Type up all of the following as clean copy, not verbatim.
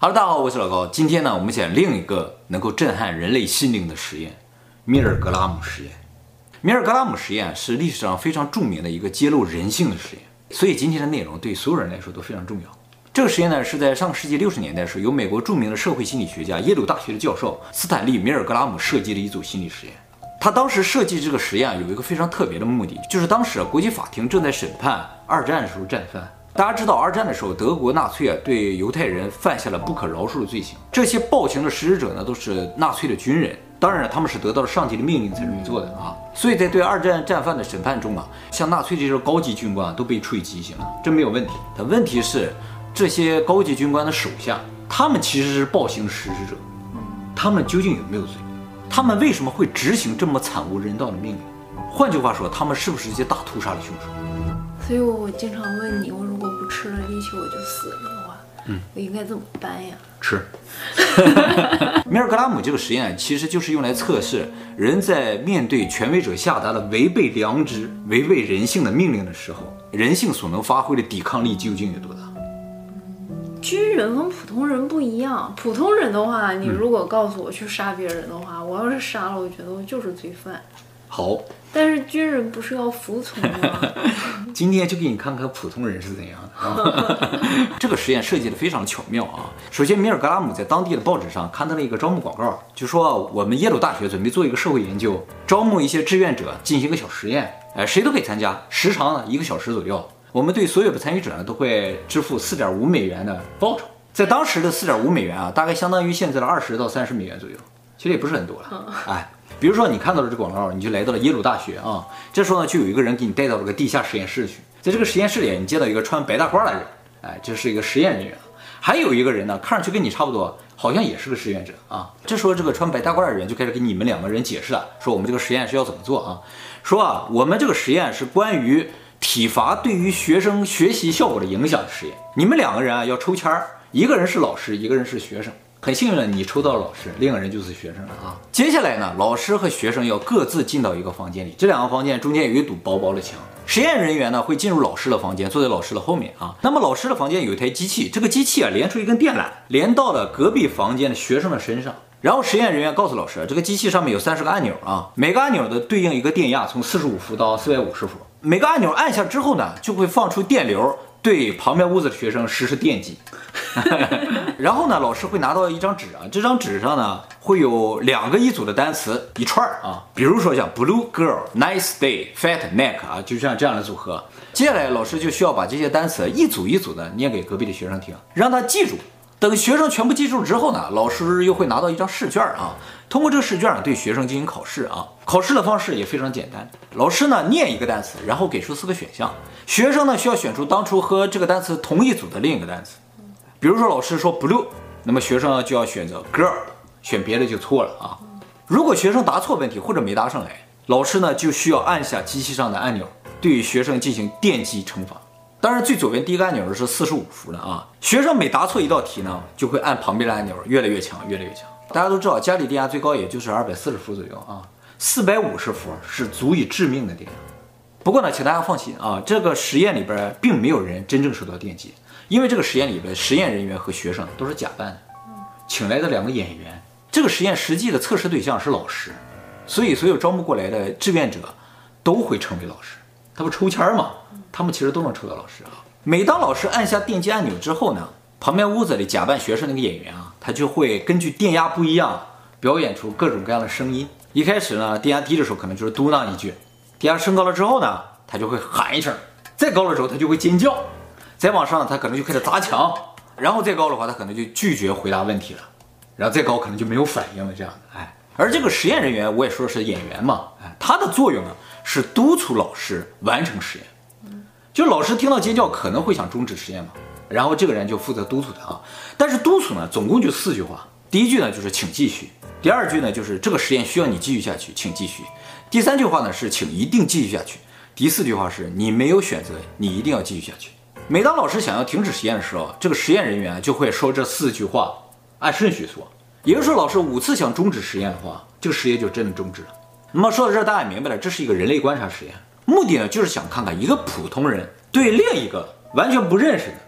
Hello， 大家好，我是老高。今天呢，我们讲另一个能够震撼人类心灵的实验——米尔格拉姆实验。米尔格拉姆实验是历史上非常著名的一个揭露人性的实验，所以今天的内容对所有人来说都非常重要。这个实验呢，是在上个世纪60年代时，由美国著名的社会心理学家、耶鲁大学的教授斯坦利·米尔格拉姆设计的一组心理实验。他当时设计这个实验有一个非常特别的目的，就是当时国际法庭正在审判二战的时候战犯。大家知道，二战的时候，德国纳粹对犹太人犯下了不可饶恕的罪行。这些暴行的实施者呢，都是纳粹的军人。当然，他们是得到了上级的命令才这么做的啊。所以在对二战战犯的审判中啊，像纳粹这些高级军官都被处以极刑了，这没有问题。但问题是，这些高级军官的手下，他们其实是暴行实施者，他们究竟有没有罪？他们为什么会执行这么惨无人道的命令？换句话说，他们是不是一些大屠杀的凶手？ 所以我经常问你，我如果不吃了力气我就死了的话，我应该怎么办呀？ 吃。米尔格拉姆这个实验其实就是用来测试人在面对权威者下达的违背良知、违背人性的命令的时候，人性所能发挥的抵抗力究竟有多大。 军人跟普通人不一样，普通人的话，你如果告诉我去杀别人的话，我要是杀了，我觉得我就是罪犯。 好， 但是军人不是要服从吗？ 今天就给你看看普通人是怎样的啊。这个实验设计的非常巧妙啊。首先，米尔格拉姆在当地的报纸上刊登了一个招募广告，就说我们耶鲁大学准备做一个社会研究，招募一些志愿者进行一个小实验，谁都可以参加，时长呢1个小时左右。我们对所有的参与者呢都会支付4.5美元的报酬，在当时的4.5美元啊，大概相当于现在的20到30美元左右，其实也不是很多了。比如说你看到了这广告，你就来到了耶鲁大学啊，这时候呢就有一个人给你带到了个地下实验室去，在这个实验室里你见到一个穿白大褂的人，这是一个实验人员，还有一个人呢看上去跟你差不多，好像也是个实验者啊。这时候这个穿白大褂的人就开始给你们2个人解释了，说我们这个实验是要怎么做啊，说我们这个实验是关于体罚对于学生学习效果的影响的实验，你们2个人要抽签儿，一个人是老师，一个人是学生。很幸运的，你抽到了老师，另一个人就是学生了啊。接下来呢，老师和学生要各自进到一个房间里，这2个房间中间有一堵薄薄的墙。实验人员呢会进入老师的房间，坐在老师的后面啊。那么老师的房间有一台机器，这个机器连出一根电缆，连到了隔壁房间的学生的身上。然后实验人员告诉老师，这个机器上面有30个按钮啊，每个按钮的对应一个电压，从45伏到450伏。每个按钮按下之后呢，就会放出电流，对旁边屋子的学生实施电击。然后呢，老师会拿到一张纸啊，这张纸上呢会有2个一组的单词一串啊，比如说像 blue girl、nice day、fat neck 啊，就像这样的组合。接下来老师就需要把这些单词一组一组的念给隔壁的学生听，让他记住。等学生全部记住之后呢，老师又会拿到一张试卷啊，通过这个试卷对学生进行考试啊。考试的方式也非常简单，老师呢念一个单词，然后给出4个选项，学生呢需要选出当初和这个单词同一组的另一个单词。比如说老师说 blue， 那么学生就要选择 girl， 选别的就错了啊。如果学生答错问题或者没答上来，老师呢就需要按下机器上的按钮，对学生进行电击惩罚。当然最左边第一个按钮是45伏的啊，学生每答错一道题呢，就会按旁边的按钮越来越强，越来越强。大家都知道家里电压最高也就是240伏左右啊，450伏是足以致命的电压。不过呢，请大家放心啊，这个实验里边并没有人真正受到电击，因为这个实验里边实验人员和学生都是假扮的，请来的2个演员。这个实验实际的测试对象是老师，所以所有招募过来的志愿者都会成为老师。他不抽签吗？他们其实都能抽到老师啊。每当老师按下电击按钮之后呢，旁边屋子里假扮学生那个演员啊，他就会根据电压不一样表演出各种各样的声音。一开始呢，电压低的时候可能就是嘟囔一句，电压升高了之后呢，他就会喊一声，再高的时候他就会尖叫，再往上他可能就开始砸墙，然后再高的话他可能就拒绝回答问题了，然后再高可能就没有反应了这样的。而这个实验人员我也说是演员嘛，他的作用呢是督促老师完成实验。就老师听到尖叫可能会想终止实验嘛，然后这个人就负责督促他啊。但是督促呢总共就4句话，第1句呢就是请继续，第2句呢就是这个实验需要你继续下去，请继续，第3句话呢是请一定继续下去，第4句话是你没有选择，你一定要继续下去。每当老师想要停止实验的时候，这个实验人员就会说这4句话，按顺序说。也就是说，老师5次想终止实验的话，这个实验就真的终止了。那么说到这儿，大家也明白了，这是一个人类观察实验，目的呢就是想看看一个普通人对另一个完全不认识的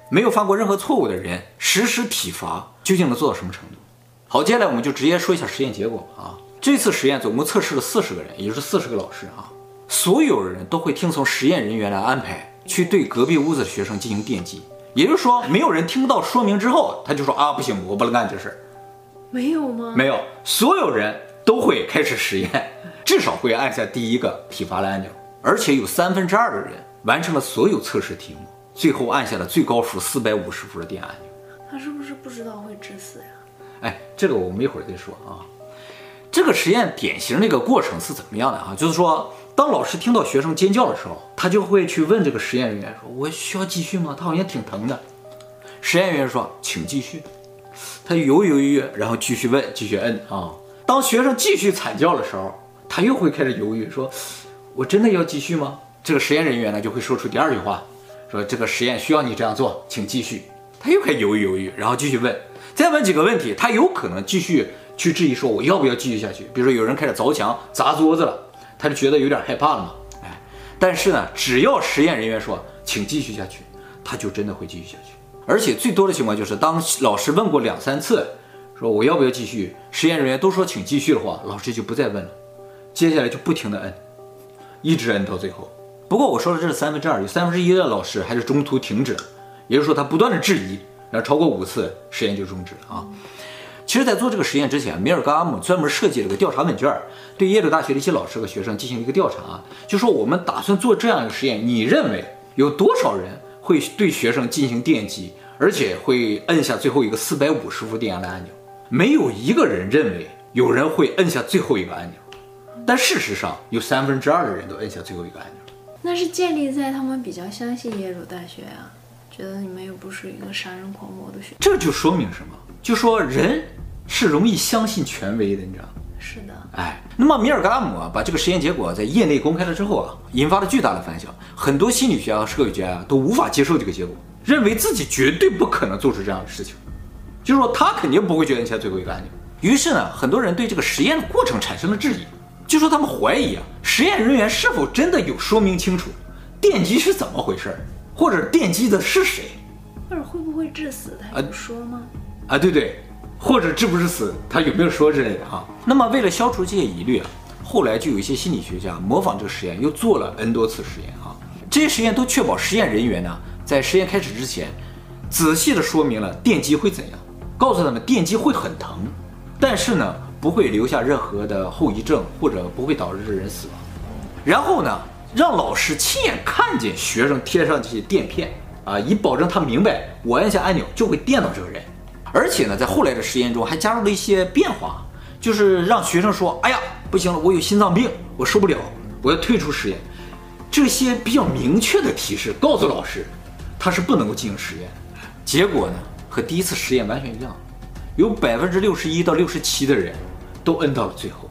没有犯过任何错误的人实施体罚，究竟能做到什么程度？好，接下来我们就直接说一下实验结果啊。这次实验总共测试了40个人，也就是40个老师啊。所有人都会听从实验人员来安排，去对隔壁屋子的学生进行电击。也就是说，没有人听到说明之后，他就说啊，不行，我不能干这事儿。 没有吗？ 没有，所有人都会开始实验，至少会按下第一个体罚的按钮，而且有2/3的人完成了所有测试题目，最后按下了最高伏450伏的电按钮。 他是不是不知道会致死呀？ 哎，这个我们一会儿再说啊。这个实验典型的一个过程是怎么样的啊？就是说，当老师听到学生尖叫的时候，他就会去问这个实验人员说：“我需要继续吗？他好像挺疼的。”实验人员说：“请继续。”他犹豫，然后继续问，继续摁啊。当学生继续惨叫的时候，他又会开始犹豫，说：“我真的要继续吗？”这个实验人员呢就会说出第2句话，说：“这个实验需要你这样做，请继续。”他又开始犹豫，然后继续问，再问几个问题，他有可能继续去质疑说我要不要继续下去。比如说有人开始凿墙砸桌子了，他就觉得有点害怕了嘛，但是呢，只要实验人员说请继续下去，他就真的会继续下去。而且最多的情况就是当老师问过2-3次说我要不要继续，实验人员都说请继续的话，老师就不再问了，接下来就不停的摁，一直摁到最后。不过我说的这是2/3，有1/3的老师还是中途停止了，也就是说他不断的质疑，然后超过5次实验就终止了啊。其实，在做这个实验之前，米尔格拉姆专门设计了个调查问卷，对耶鲁大学的一些老师和学生进行了一个调查，就说我们打算做这样一个实验，你认为有多少人会对学生进行电击，而且会摁下最后一个450伏电压的按钮？没有一个人认为有人会摁下最后一个按钮，但事实上有2/3的人都摁下最后一个按钮。 那是建立在他们比较相信耶鲁大学啊，觉得你们又不是一个杀人狂魔的学校。 这就说明什么？就说人是容易相信权威的，你知道吗？ 是的。 那么米尔格拉姆把这个实验结果在业内公开了之后引发了巨大的反响，很多心理学和社会学都无法接受这个结果，认为自己绝对不可能做出这样的事情，就是说他肯定不会去摁下最后一个按钮。于是呢，很多人对这个实验的过程产生了质疑，就说他们怀疑实验人员是否真的有说明清楚电击是怎么回事，或者电击的是谁， 或者会不会致死，他有说吗？ 对，或者致不致死，他有没有说之类的那么为了消除这些疑虑后来就有一些心理学家模仿这个实验，又做了 N 多次实验这些实验都确保实验人员呢，在实验开始之前，仔细的说明了电击会怎样，告诉他们电击会很疼，但是呢，不会留下任何的后遗症，或者不会导致人死亡。然后呢，让老师亲眼看见学生贴上这些垫片以保证他明白我按下按钮就会电到这个人。而且呢，在后来的实验中还加入了一些变化，就是让学生说：“哎呀，不行了，我有心脏病，我受不了，我要退出实验。”这些比较明确的提示告诉老师，他是不能够进行实验。结果呢，和第一次实验完全一样，有61%到67%的人都摁到了最后。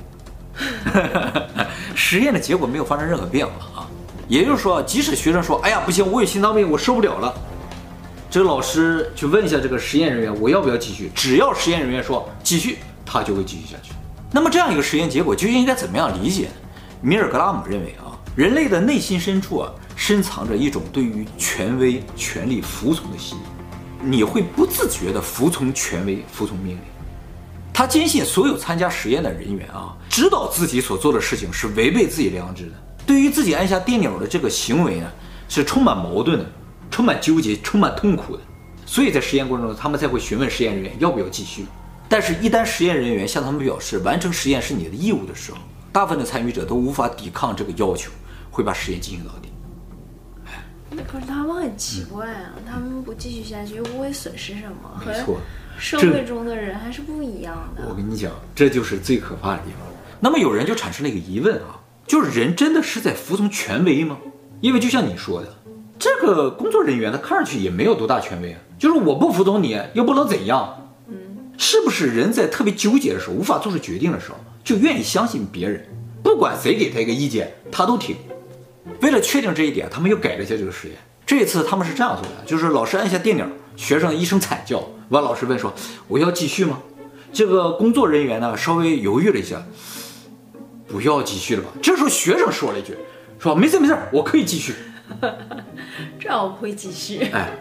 实验的结果没有发生任何变化也就是说，即使学生说：“哎呀，不行，我有心脏病，我受不了了。”这个老师去问一下这个实验人员，我要不要继续？只要实验人员说继续，他就会继续下去。那么这样一个实验结果究竟应该怎么样理解呢？米尔格拉姆认为人类的内心深处深藏着一种对于权威、权力服从的心理，你会不自觉地服从权威、服从命令。他坚信所有参加实验的人员知道自己所做的事情是违背自己良知的，对于自己按下电钮的这个行为呢，是充满矛盾的，充满纠结，充满痛苦的。所以在实验过程中，他们才会询问实验人员要不要继续。但是，一旦实验人员向他们表示完成实验是你的义务的时候，大部分的参与者都无法抵抗这个要求，会把实验进行到底。 可是他们很奇怪他们不继续下去又不会损失什么， 没错， 社会中的人还是不一样的。 我跟你讲，这就是最可怕的地方。那么有人就产生了一个疑问就是人真的是在服从权威吗？因为就像你说的，这个工作人员他看上去也没有多大权威就是我不服从你又不能怎样。是不是人在特别纠结的时候，无法做出决定的时候，就愿意相信别人，不管谁给他一个意见他都听。为了确定这一点，他们又改了一下这个实验。这一次他们是这样做的，就是老师按下电钮，学生一声惨叫，完老师问说我要继续吗？这个工作人员呢稍微犹豫了一下，不要继续了吧。这时候学生说了一句，说没事，我可以继续。 这我不会继续。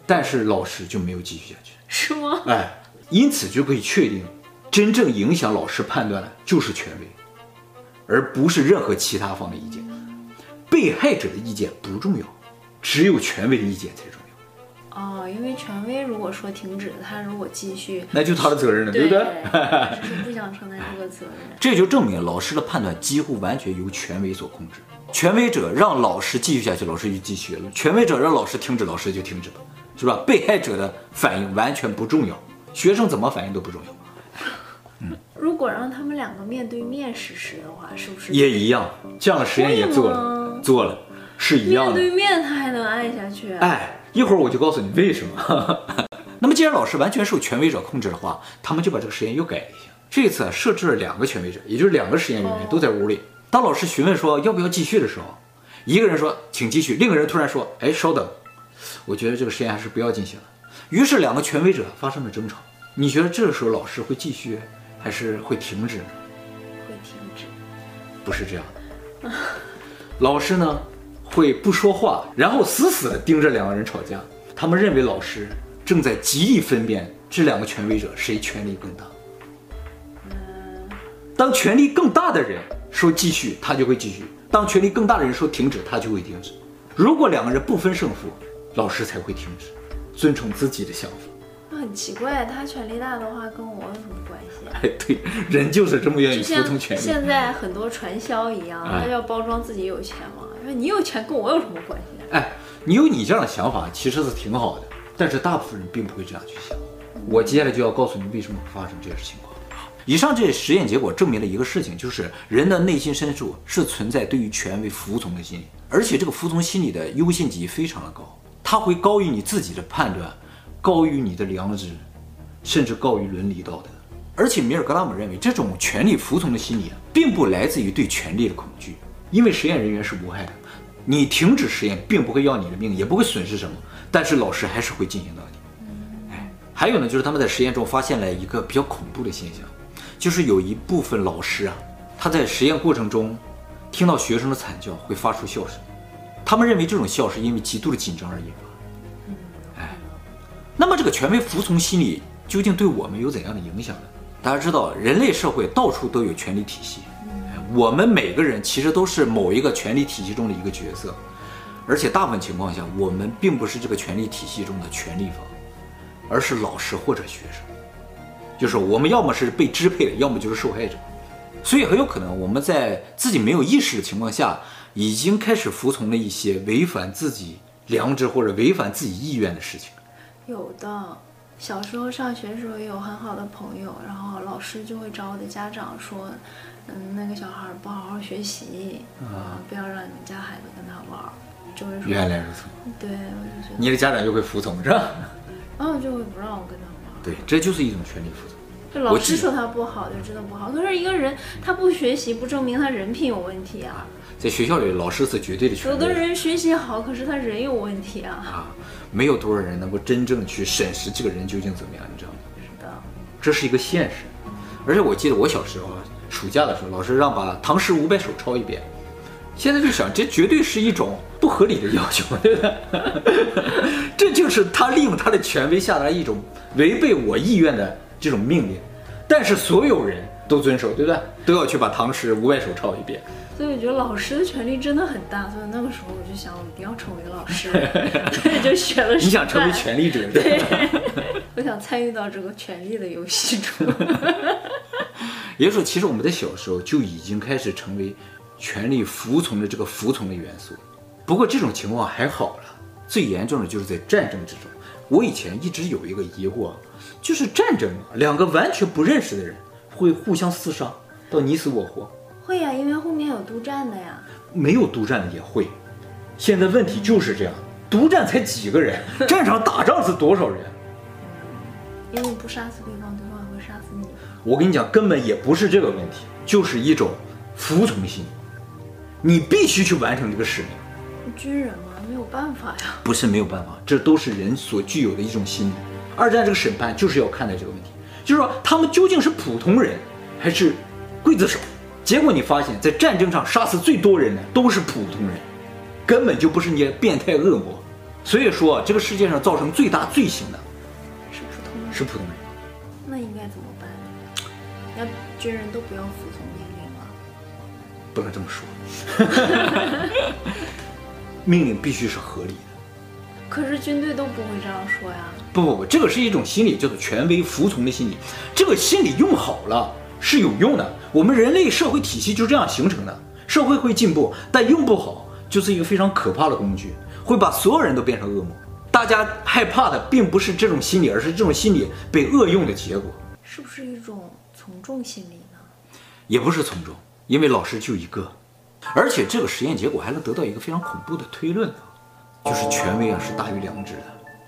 但是老师就没有继续下去， 是吗？ 哎，因此就可以确定，真正影响老师判断的就是权威，而不是任何其他方的意见。被害者的意见不重要，只有权威的意见才重要。 哦，因为权威如果说停止，他如果继续， 那就他的责任了，对不对？ 只是不想承担这个责任。 这就证明老师的判断几乎完全由权威所控制。权威者让老师继续下去，老师就继续了；权威者让老师停止，老师就停止了，是吧？被害者的反应完全不重要，学生怎么反应都不重要。 如果让他们两个面对面实施的话，是不是也一样？这样的实验也做了，是一样的。 面对面他还能按下去？ 哎，一会儿我就告诉你为什么。那么既然老师完全受权威者控制的话，他们就把这个实验又改了一下。这次设置了2个权威者，也就是2个实验人员都在屋里。当老师询问说要不要继续的时候，一个人说请继续，另一个人突然说，哎，稍等，我觉得这个实验还是不要进行了。于是2个权威者发生了争吵。你觉得这个时候老师会继续还是会停止呢？ 会停止。 不是这样的。老师呢会不说话，然后死死地盯着2个人吵架。他们认为老师正在极力分辨这2个权威者谁权力更大。当权力更大的人说继续，他就会继续；当权力更大的人说停止，他就会停止。如果2个人不分胜负，老师才会停止，遵从自己的想法。 很奇怪，他权力大的话跟我有什么关系？ 哎，对，人就是这么愿意服从权力。 现在很多传销一样，他要包装自己有钱嘛，说你有钱跟我有什么关系？ 哎，你有你这样的想法其实是挺好的，但是大部分人并不会这样去想。我接下来就要告诉你为什么会发生这些情况。以上这些实验结果证明了一个事情，就是人的内心深处是存在对于权威服从的心理，而且这个服从心理的优先级非常的高，它会高于你自己的判断，高于你的良知，甚至高于伦理道德。而且米尔格拉姆认为，这种权力服从的心理并不来自于对权力的恐惧，因为实验人员是无害的，你停止实验并不会要你的命，也不会损失什么，但是老师还是会进行到底。还有呢，就是他们在实验中发现了一个比较恐怖的现象，就是有一部分老师啊，他在实验过程中听到学生的惨叫会发出笑声，他们认为这种笑是因为极度的紧张而引发。那么这个权威服从心理究竟对我们有怎样的影响呢？大家知道，人类社会到处都有权力体系，我们每个人其实都是某一个权力体系中的一个角色，而且大部分情况下，我们并不是这个权力体系中的权力方，而是老师或者学生，就是我们要么是被支配的，要么就是受害者。所以很有可能我们在自己没有意识的情况下，已经开始服从了一些违反自己良知或者违反自己意愿的事情。 有的，小时候上学的时候也有很好的朋友，然后老师就会找我的家长说，那个小孩不好好学习不要让你们家孩子跟他玩，就会说原来如此。 对，我就觉得你的家长就会服从，是吧？ 然后就会不让我跟他玩。 对，这就是一种权力服从。 就老师说他不好，就真的不好。可是一个人他不学习，不证明他人品有问题啊。 在学校里，老师是绝对的权威。 有的人学习好，可是他人有问题啊。 没有多少人能够真正去审视这个人究竟怎么样，你知道吗？ 是的， 这是一个现实。而且我记得我小时候暑假的时候，老师让把唐诗500首抄一遍。现在就想，这绝对是一种不合理的要求，对不对？这就是他利用他的权威下达一种违背我意愿的这种命令，但是所有人都遵守，对不对？都要去把唐诗500首抄一遍。 所以我觉得老师的权力真的很大，所以那个时候我就想，我一定要成为老师，就学了。 你想成为权力者？ 对，我想参与到这个权力的游戏中。 也就是说，其实我们在小时候就已经开始成为权力服从的这个服从的元素。不过这种情况还好了，最严重的就是在战争之中。我以前一直有一个疑惑，就是战争2个完全不认识的人会互相厮杀到你死我活。 会呀，因为后面有督战的呀。 没有督战的也会。现在问题就是这样，督战才几个人，战场打仗是多少人？ 因为你不杀死对方，对方也会杀死你。 我跟你讲，根本也不是这个问题，就是一种服从心，你必须去完成这个使命。 军人嘛，没有办法呀。 不是没有办法，这都是人所具有的一种心理。2战这个审判就是要看待这个问题，就是说他们究竟是普通人还是刽子手。结果你发现，在战争上杀死最多人的都是普通人，根本就不是那些变态恶魔。 所以说这个世界上造成最大罪行的是普通人。 是普通人。 那应该怎么办呢？要军人都不要服从命令吗？ 不能这么说，命令必须是合理的。 可是军队都不会这样说呀。 不，这个是一种心理，叫做权威服从的心理。这个心理用好了是有用的，我们人类社会体系就这样形成的。社会会进步，但用不好就是一个非常可怕的工具，会把所有人都变成恶魔。大家害怕的并不是这种心理，而是这种心理被恶用的结果。 是不是一种从众心理呢？ 也不是从众，因为老师就一个，而且这个实验结果还能得到一个非常恐怖的推论，就是权威是大于良知的。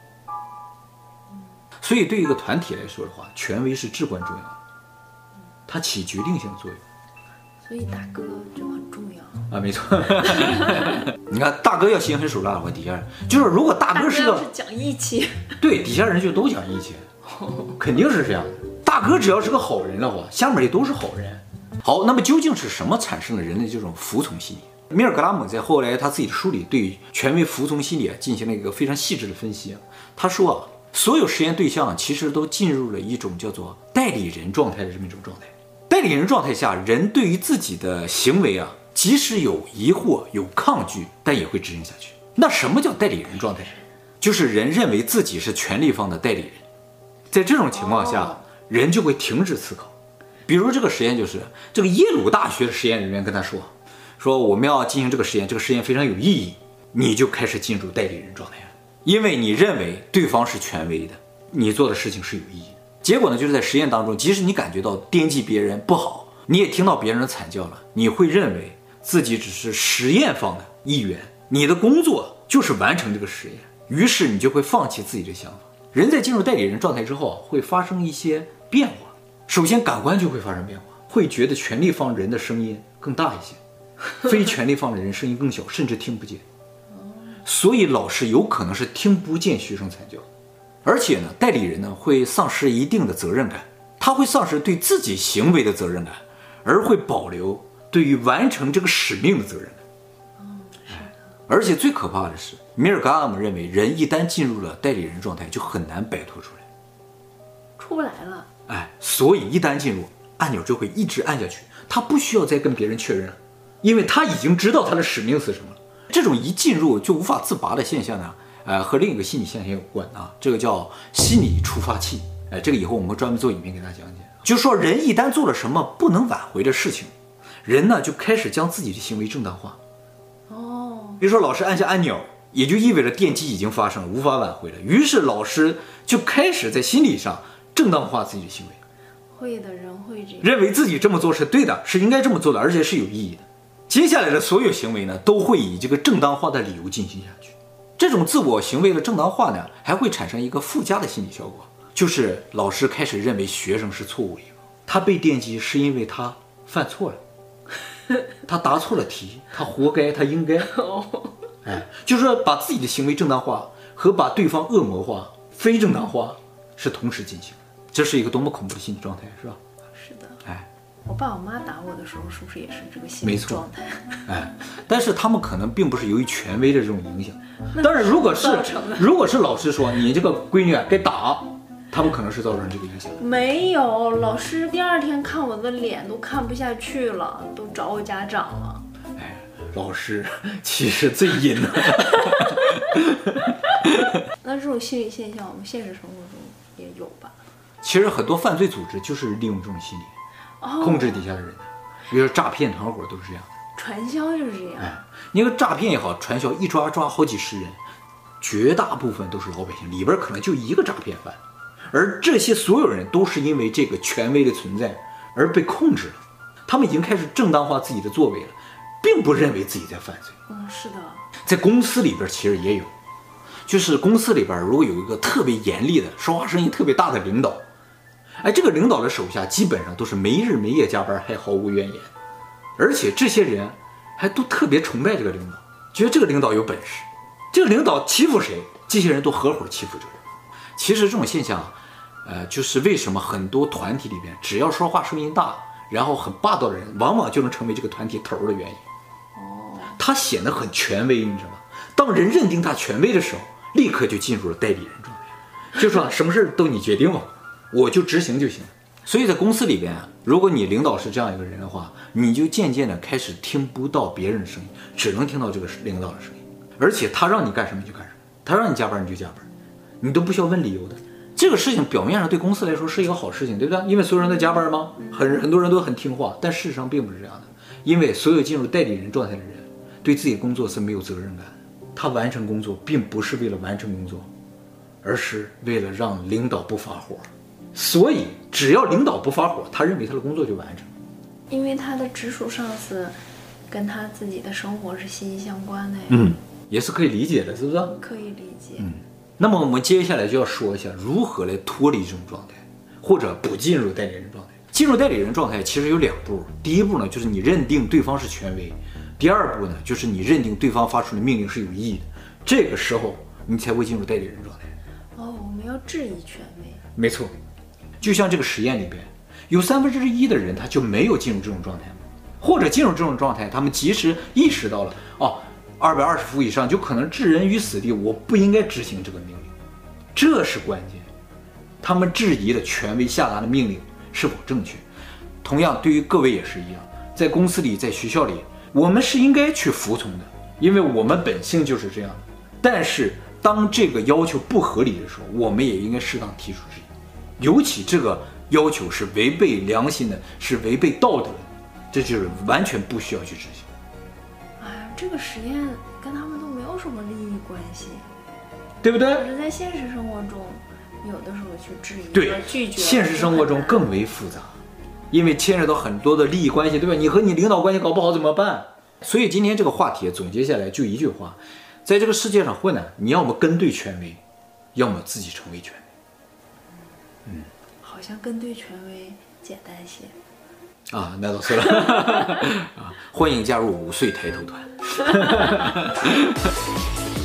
所以对一个团体来说的话，权威是至关重要的，它起决定性作用。 所以大哥就很重要啊，没错。你看大哥要心狠手辣的话，底下人就是如果大哥是个讲义气， 对，底下人就都讲义气，肯定是这样的。大哥只要是个好人的话，下面也都是好人。好，那么究竟是什么产生了人的这种服从心理？米尔格拉姆在后来他自己的书里对权威服从心理进行了一个非常细致的分析。他说所有实验对象其实都进入了一种叫做代理人状态的这么一种状态。代理人状态下，人对于自己的行为即使有疑惑、有抗拒，但也会执行下去。那什么叫代理人状态？就是人认为自己是权力方的代理人。在这种情况下，人就会停止思考。比如这个实验就是这个耶鲁大学的实验人员跟他说我们要进行这个实验，这个实验非常有意义，你就开始进入代理人状态了，因为你认为对方是权威的，你做的事情是有意义的。结果呢，就是在实验当中，即使你感觉到颠击别人不好，你也听到别人的惨叫了，你会认为自己只是实验方的一员，你的工作就是完成这个实验，于是你就会放弃自己的想法。人在进入代理人状态之后，会发生一些变化。首先感官就会发生变化，会觉得权力方人的声音更大一些，非权力方的人声音更小，甚至听不见。所以老师有可能是听不见学生惨叫。而且呢，代理人呢会丧失一定的责任感，他会丧失对自己行为的责任感，而会保留对于完成这个使命的责任感。而且最可怕的是，米尔格拉姆认为，人一旦进入了代理人状态，就很难摆脱出来， 出不来了。 所以一旦进入，按钮就会一直按下去，他不需要再跟别人确认了，因为他已经知道他的使命是什么了。这种一进入就无法自拔的现象呢，和另一个心理现象有关这个叫心理触发器。这个以后我们会专门做影片给大家讲解。就是说，人一旦做了什么不能挽回的事情，人呢就开始将自己的行为正当化。比如说老师按下按钮，也就意味着电击已经发生了，无法挽回了。于是老师就开始在心理上正当化自己的行为。 会的人会这样， 认为自己这么做是对的，是应该这么做的，而且是有意义的。接下来的所有行为呢，都会以这个正当化的理由进行下去。这种自我行为的正当化呢，还会产生一个附加的心理效果，就是老师开始认为学生是错误一方，他被电击是因为他犯错了，他答错了题，他活该，他应该。就是说把自己的行为正当化和把对方恶魔化、非正当化是同时进行的。这是一个多么恐怖的心理状态，是吧？ 是的。我爸我妈打我的时候，是不是也是这个心理状态？ 但是他们可能并不是由于权威的这种影响。当然，如果是老师说你这个闺女该打，他们可能是造成这个影响。 没有，老师第二天看我的脸都看不下去了，都找我家长了。 老师其实最阴的。 那这种心理现象，我们现实生活中也有吧？ 其实很多犯罪组织就是利用这种心理控制底下的人，比如说诈骗团伙都是这样的， 传销就是这样。 那个诈骗也好，传销一抓好几十人，绝大部分都是老百姓，里边可能就一个诈骗犯，而这些所有人都是因为这个权威的存在而被控制了，他们已经开始正当化自己的作为了，并不认为自己在犯罪。 是的， 在公司里边其实也有，就是公司里边如果有一个特别严厉的、说话声音特别大的领导，这个领导的手下基本上都是没日没夜加班，还毫无怨言，而且这些人还都特别崇拜这个领导，觉得这个领导有本事，这个领导欺负谁，这些人都合伙欺负这个人。其实这种现象，就是为什么很多团体里边，只要说话声音大，然后很霸道的人，往往就能成为这个团体头的原因。他显得很权威，你知道吗？当人认定他权威的时候， 立刻就进入了代理人状态，就说什么事都你决定吧，我就执行就行。所以在公司里边，如果你领导是这样一个人的话，你就渐渐的开始听不到别人的声音，只能听到这个领导的声音，而且他让你干什么就干什么，他让你加班你就加班，你都不需要问理由的。这个事情表面上对公司来说是一个好事情，对不对？因为所有人都加班吗？很多人都很听话，但事实上并不是这样的。因为所有进入代理人状态的人，对自己工作是没有责任感的。他完成工作并不是为了完成工作，而是为了让领导不发火。所以只要领导不发火，他认为他的工作就完成。 因为他的直属上司跟他自己的生活是息息相关的呀。 也是可以理解的，是不是？ 可以理解。 那么我们接下来就要说一下如何来脱离这种状态，或者不进入代理人状态。进入代理人状态其实有2步，第一步呢就是你认定对方是权威，第2步呢就是你认定对方发出的命令是有意义的，这个时候你才会进入代理人状态。 我们要质疑权威。 没错，就像这个实验里边，有1/3的人他就没有进入这种状态，或者进入这种状态，他们及时意识到了220伏以上就可能置人于死地，我不应该执行这个命令，这是关键。他们质疑了权威下达的命令是否正确。同样对于各位也是一样，在公司里在学校里，我们是应该去服从的，因为我们本性就是这样的。但是当这个要求不合理的时候，我们也应该适当提出质疑，尤其这个要求是违背良心的，是违背道德的，这就是完全不需要去执行。 这个实验跟他们都没有什么利益关系， 对不对？ 可是在现实生活中，有的时候去质疑、 对， 拒绝， 现实生活中更为复杂，因为牵扯到很多的利益关系，对吧？你和你领导关系搞不好怎么办？所以今天这个话题总结下来就一句话：在这个世界上混呢，你要么跟对权威，要么自己成为权威。 好像跟对权威简单些。 那倒是了。欢迎加入5岁抬头团。